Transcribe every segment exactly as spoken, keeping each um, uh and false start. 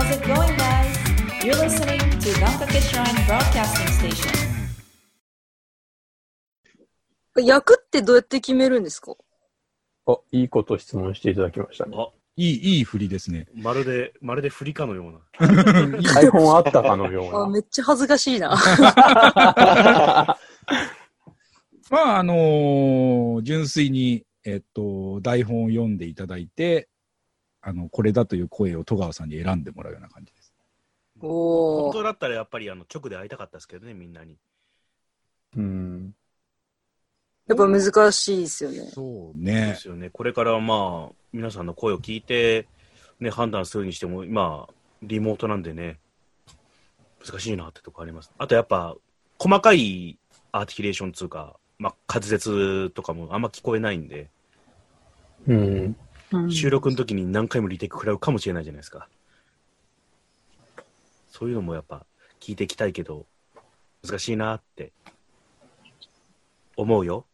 How's it going, guys? You're listening to Gankake Shrine Broadcasting Station. 役ってどうやって決めるんですか？ あ、いいこと質問していただきましたね。 あ、 いい、いい振りですね。 まるで、まるで振りかのような。 台本あったかのような。 あ、めっちゃ恥ずかしいな。 まあ、あのー純粋に、えっと、台本を読んでいただいて、あの、これだという声を戸川さんに選んでもらうような感じです。 おー。 本当だったらやっぱりあの直で会いたかったですけどね、みんなに。 うん。 やっぱ難しいですよね。 そうそうねで。すよね。これからまあ、皆さんの声を聞いて、ね、判断するにしても、今、リモートなんでね、難しいなってとこあります。あとやっぱ、細かいアーティキュレーションつうか、まあ、滑舌とかもあんま聞こえないんで、 うん。 うん、 収録の時に何回もリテイク食らうかもしれないじゃないですか。そういうのもやっぱ聞いていきたいけど、難しいなって思うよ。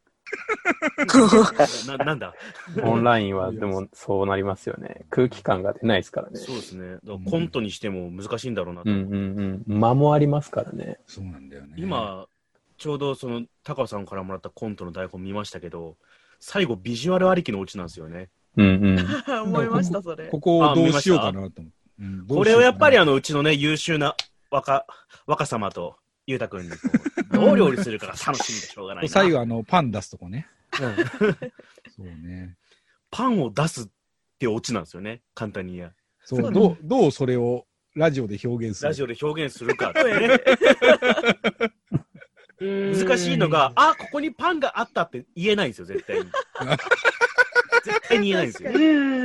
な, なんだオンラインはでもそうなりますよね。空気感が出ないですからね。 そうですね。だからコントにしても難しいんだろうなと、 うんうんうん。間もありますからね。 そうなんだよね。 今、ちょうどその高尾さんからもらったコントの台本見ましたけど、最後ビジュアルありきのオチなんですよね。 うんうん。 思いました、それ。 ここをどうしようかなと思って。うん、 これをやっぱりあの、 のうちのね、優秀な若若様とゆうたくんにこうどう料理するかが楽しみでしょうがないな。 最後あの、パン出すとこね。 うんそうね。 パンを出すってオチなんですよね、簡単に言えば。 そう、どう、どうそれをラジオで表現するラジオで表現するかってね。難しいのが、あ、ここにパンがあったって言えないんですよ、絶対に。絶対に言えないんですよ。ちょ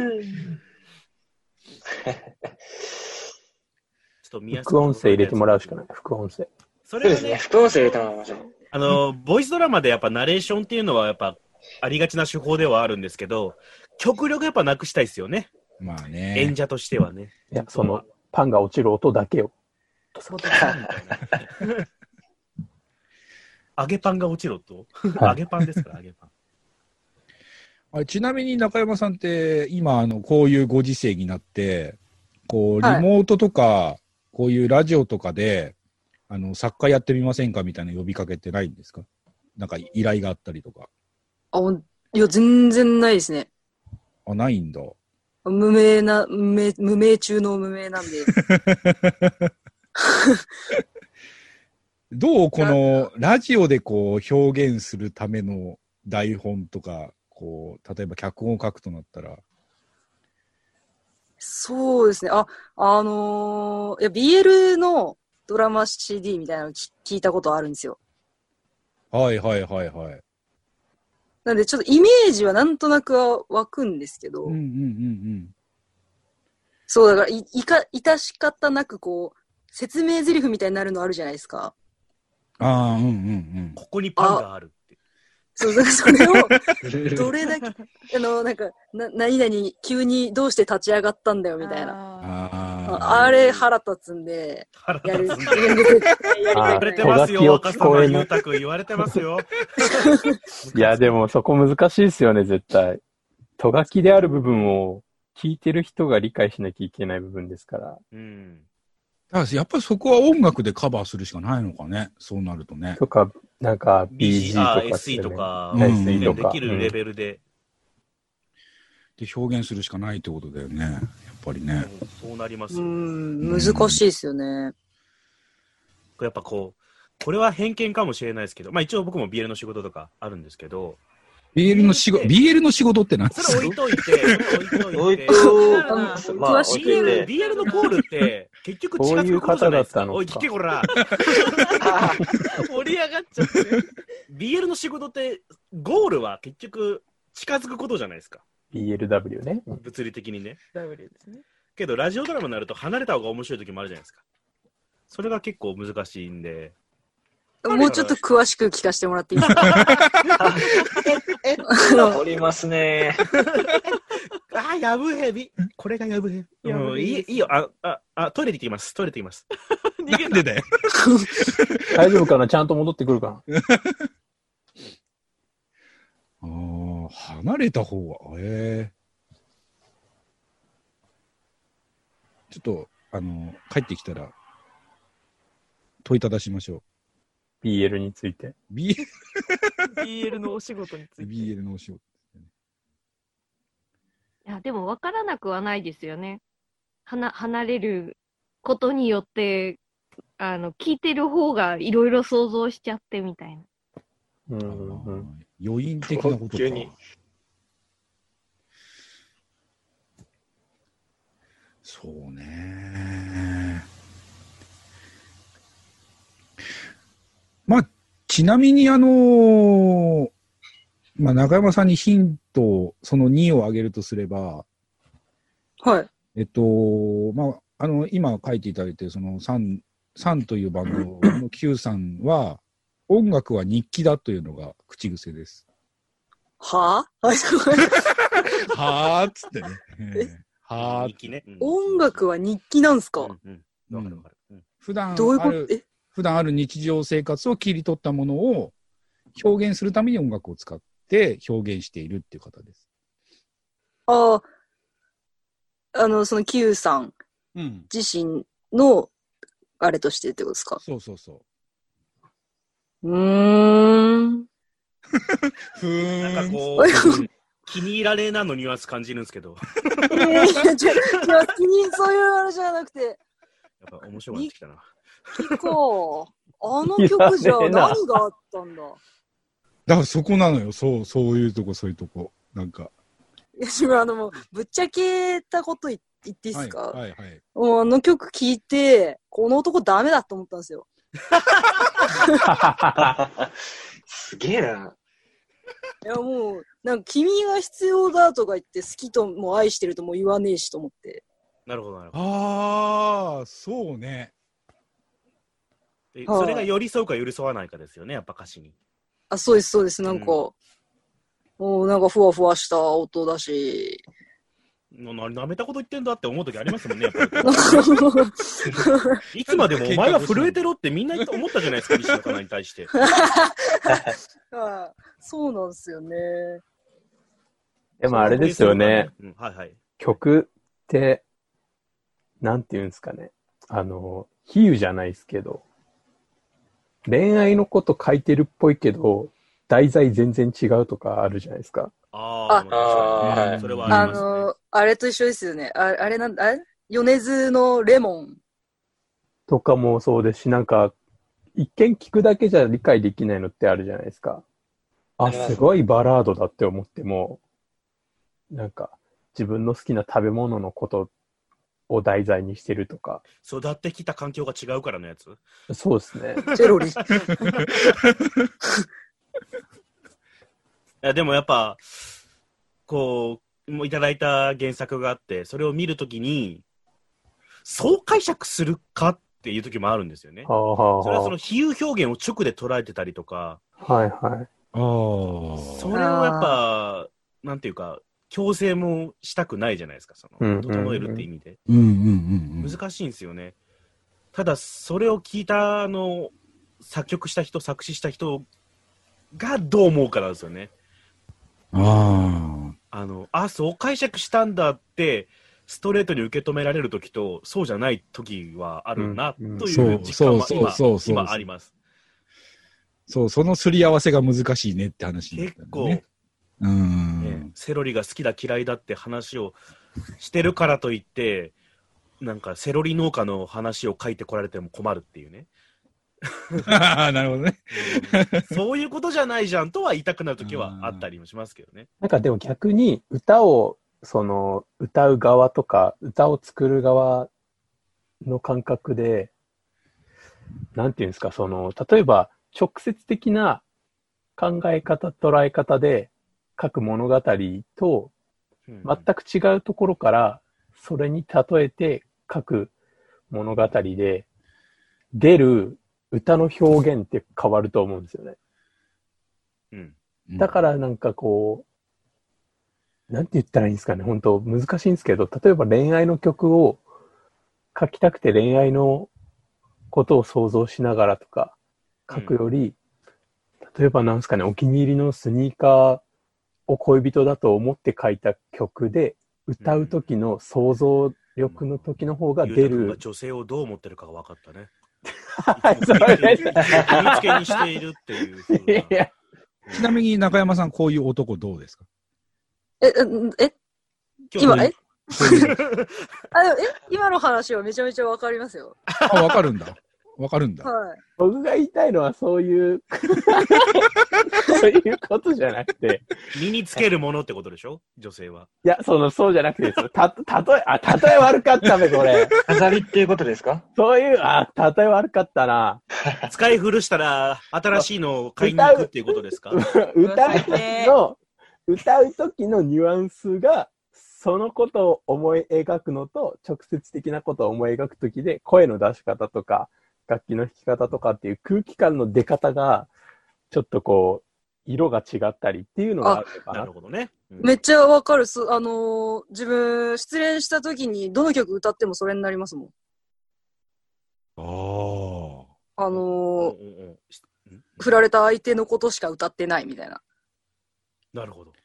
っと見やすく副音声入れてもらうしかない。副音声。 それはねそうですね。、副音声入れてもらいましょう。 あの、ボイスドラマでやっぱナレーションっていうのはやっぱありがちな手法ではあるんですけど、極力やっぱなくしたいですよね。 まあね。 演者としてはね。 いや、その、パンが落ちる音だけを。 揚げパンが落ちろと揚げパンですから、揚げパン。 あれちなみに中山さんって今あのこういうご時世になってこうリはいモートとかこういうラジオとかであの作家やってみませんかみたいな呼びかけってないんですか？なんか依頼があったりとか。 あ、いや、全然ないですね。 あ、ないんだ。 無名な、無名、無名中の無名なんで。 どうこのラジオでこう表現するための台本とかこう例えば脚本を書くとなったら。 そうですね。あ、あのー、いや、ビーエル のドラマ シーディー みたいなのき聞いたことあるんですよ。 はいはいはいはい。 なんでちょっとイメージはなんとなくは湧くんですけど、 うんうんうんうん。 そうだからい、いか、致し方なくこう、説明台詞みたいになるのあるじゃないですか。 ああ、うんうんうん。 ここにパンがあるって。 そう、だからそれを、どれだけ、あの、なんか、な、何々、急にどうして立ち上がったんだよ、みたいな。 あああれ腹立つんで、 腹やる、 立つんだ。 自分で絶対やり言わたくない。 れてますよ、 手書若様きを聞こえなゆうたくん言われてますよ。 いや、でもそこ難しいですよね、絶対。とがきである部分を聞いてる人が理解しなきゃいけない部分ですから。 うん。 だからやっぱりそこは音楽でカバーするしかないのかね。そうなるとね。 とか、なんかビービージー、 ジーあ、 とか、 エスイー とか、 うんエスイー とか。 できるレベルで。 で表現するしかないってことだよね。やっぱりね。 うんそうなりますうよ。 ん、難しいですよね。 やっぱこう、これは偏見かもしれないですけど、まあ一応僕も ビーエル の仕事とかあるんですけど、 ビーエル の仕事、ビーエル の仕事って何ですか？ それ置いといて、それ置いといて、 置いとあのまあ、 詳しく置いといビーエル、 て。 ビーエル のコールって結局近づくことじゃないですか。おい、 こういう方だったのか聞けこら。盛り上がっちゃって。ビーエル の仕事って、ゴールは結局近づくことじゃないですか。 ビーエルダブリュー ね。 物理的にね。 W ですね。 けど、ラジオドラマになると離れた方が面白い時もあるじゃないですか。それが結構難しいんで。 もうちょっと詳しく聞かせてもらっていいですか？ え、おりますね。 あ、やぶへび。これがやぶへび。 やぶもうへびですいいいいよ。あ、あ、あ、トイレ行ってきます。トイレ行ってきます。 なんでだよ。 大丈夫かな？ちゃんと戻ってくるかな？ ああ、離れた方が、ええちょっと、あの、帰ってきたら、問いただしましょう。 ビーエル について。 B、 ビーエル のお仕事について。 ビーエル のお仕事。 いや、でも分からなくはないですよね。はな、離れることによって、あの、聞いてる方がいろいろ想像しちゃってみたいな。 うんうんうん。 余韻的なことか。 急に。 そうね。まあ、ちなみにあのーまあ、中山さんにヒントを、そのにを挙げるとすれば、 はい。 えっと、まあ、あの、今書いていただいて、そのさん、さんというバンドの Q さんは、音楽は日記だというのが口癖です。 はぁ、 はーっつってね。はー日記ね。うん音楽は日記なんすか、 うんうん。わかるわかる。うん普段どういうことある、 え普段ある日常生活を切り取ったものを表現するために音楽を使って表現しているっていう方です。 ああ、あの、その Q さんうん。 自身の、あれとしてってことですか？ そうそうそうーん。 ふーん。 なんかこうう、気に入られなのニュアンス感じるんですけど、 いやいや、違う、違う、気に、そういうあれじゃなくて、 やっぱ面白くなってきたな。 結構、あの曲じゃ何があったんだ。 だからそこなのよ。そう、そういうとこ、そういうとこ。なんか。 いや、自分あの、もう、ぶっちゃけたこと言言っていいですか？ はい、はい、はい。 もうあの曲聴いて、この男ダメだと思ったんですよ。 すげえな。 いや、もう、なんか、君が必要だとか言って、好きとも愛してるとも言わねえしと思って。 なるほど、なるほど。 ああ、そうね。 ではいそれが寄り添うか寄り添わないかですよね、やっぱ歌詞に。 あ、そうです、そうです。なんか、 うんもうなんかふわふわした音だし。 なな舐めたこと言ってんだって思う時ありますもんね、やっぱり。いつまでもお前は震えてろってみんな思ったじゃないですか、西野カナに対して。 はいそうなんですよね。 でもあれですよね。 うん、はいはい。 曲って、なんていうんですかね。あの、比喩じゃないですけど、恋愛のこと書いてるっぽいけど、題材全然違うとかあるじゃないですか。 あああ、確かにね。それはあありますね。 の、あれと一緒ですよね。ああれなんだ、あれ米津のレモン。 とかもそうですし、なんか、一見聞くだけじゃ理解できないのってあるじゃないですか。あ、 ありますねすごいバラードだって思っても、なんか、自分の好きな食べ物のことを題材にしてるとか。 育ってきた環境が違うからのやつ。 そうですね。 セロリ。 いやでもやっぱ、こう、もういただいた原作があって、それを見るときに、そう解釈するかっていうときもあるんですよね。 はあはあはあそれはその比喩表現を直で捉えてたりとか、 はいはい。 ああ。 それをやっぱ、なんていうか、強制もしたくないじゃないですか、その、 うんうんうん整えるって意味で。 うんうんうんうん。 難しいんですよね。ただ、それを聞いた、あの、作曲した人、作詞した人がどう思うかなんですよね。 ああの、あ、そう解釈したんだって、ストレートに受け止められるときと、そうじゃないときはあるな、 うんという実感はそう今、 そうそうそう今あります。 そう、そのすり合わせが難しいねって話になっ結構、 たんだね。うーん。 ね、セロリが好きだ嫌いだって話をしてるからといって、なんかセロリ農家の話を書いてこられても困るっていうね。 なるほどね。 うんそういうことじゃないじゃんとは言いたくなるときはあったりもしますけどね。 なんかでも逆に歌を、その歌う側とか歌を作る側の感覚で、なんていうんですか、その、例えば直接的な考え方、捉え方で書く物語とうん全く違うところからそれに例えて書く物語で出る歌の表現って変わると思うんですよね。 うんだからなんかこう、なんて言ったらいいんですかね、本当難しいんですけど、例えば恋愛の曲を書きたくて恋愛のことを想像しながらとか書くより、うん、例えばなんですかね、お気に入りのスニーカーを恋人だと思って書いた曲で歌う時の想像力の時の方がゆう出る。 たくんが女性をどう思ってるかが分かったね。 それ踏みつけにしているっていう風な。 いやちなみに中山さん、こういう男どうですか？ え、うんえ、今、えあ、でもえ、今の話はめちゃめちゃわかりますよ。 あ、わかるんだ。わかるんだ。 はい。 僕が言いたいのはそういう、そういうことじゃなくて。 身につけるものってことでしょ女性は。 いや、その、そうじゃなくてですよ。た、たとえ、あ、例え悪かったね、これ。 飾りっていうことですか？ そういう、あ、例え悪かったな。 使い古したら新しいのを買いに行くっていうことですか？ 歌う時の、歌う時のニュアンスが、そのことを思い描くのと、直接的なことを思い描くときで、声の出し方とか、楽器の弾き方とかっていう空気感の出方が、ちょっとこう、色が違ったりっていうのがあるのかな。 なるほどね。うん、 めっちゃわかる。すあのー、自分、失恋した時にどの曲歌ってもそれになりますもん。 ああ。 あのーうんうんうん振られた相手のことしか歌ってないみたいな。 なるほど。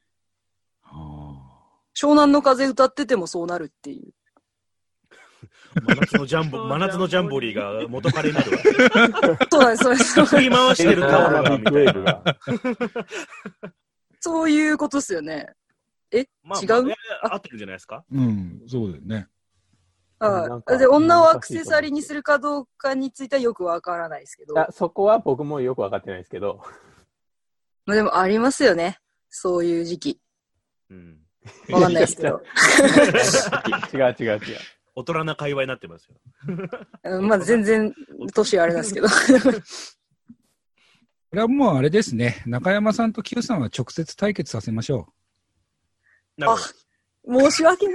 湘南の風歌っててもそうなるっていう。 真夏のジャンボ、真夏のジャンボリーが元彼になるわけ。 そうなんです、そうです。 振り回してるタオルが、みたいな。 そういうことですよね。え、 まあ、 違う、 まあ、合ってるんじゃないですか？ うん、そうだよね。 はい。で、女をアクセサリーにするかどうかについてはよくわからないですけど。 いや、そこは僕もよくわかってないですけど。 まあでもありますよね。そういう時期。 うん。 わかんないですけど。 違う違う違う。 大人な会話になってますよ。 まあ全然、年あれなんですけど。 これはもうあれですね。中山さんと Q さんは直接対決させましょう。なるほど。申し訳ね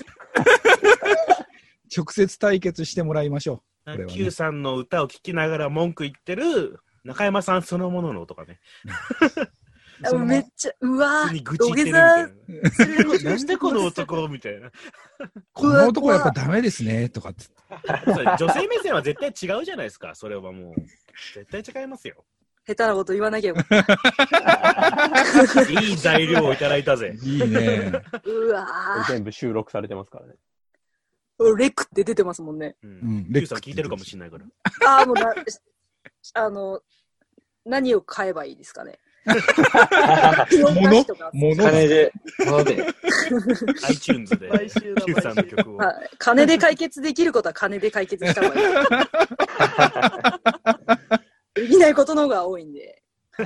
え。直接対決してもらいましょう。 これはね、Q さんの歌を聴きながら文句言ってる中山さんそのものの音がね。 めっちゃ、うわぁ、愚痴言ってるみたいな。なんでこの男みたいな。 この男はやっぱダメですね、とかって。 女性目線は絶対違うじゃないですか。それはもう。絶対違いますよ。 下手なこと言わなきゃよ。 いい材料をいただいたぜ。 いいね。 うわぁ。全部収録されてますからね。 レクって出てますもんね。 うん。レクさん聞いてるかもしれないから。 ああ、もうな、あの、何を買えばいいですかね。 物物金で、物で。 iTunes で、Q さんの曲を。 金で解決できることは金で解決した方がいい。できないことの方が多いんで。はい、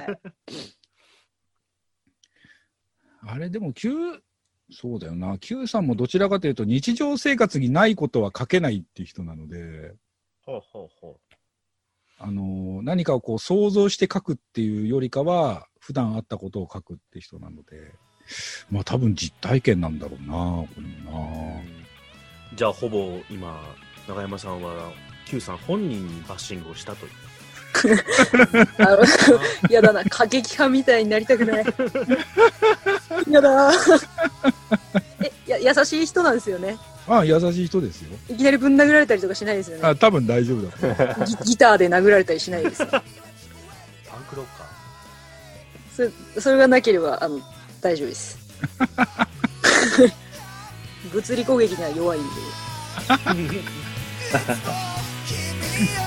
あれ、でも Q、そうだよな。Q さんもどちらかというと日常生活にないことは書けないっていう人なので。 ほうほうほう。 あの、何かをこう想像して書くっていうよりかは、普段あったことを書くって人なので、まあ多分実体験なんだろうな、これもな。 じゃあほぼ今、永山さんは Q さん本人にバッシングをしたという。 あのやだな、過激派みたいになりたくない。やだえや、優しい人なんですよね。 ああ、優しい人ですよ。 いきなりぶん殴られたりとかしないですよね。 あ、多分大丈夫だとギ。ギターで殴られたりしないですよ。 パンクロッカー。それ、それがなければ、あの、大丈夫です。物理攻撃には弱いんで。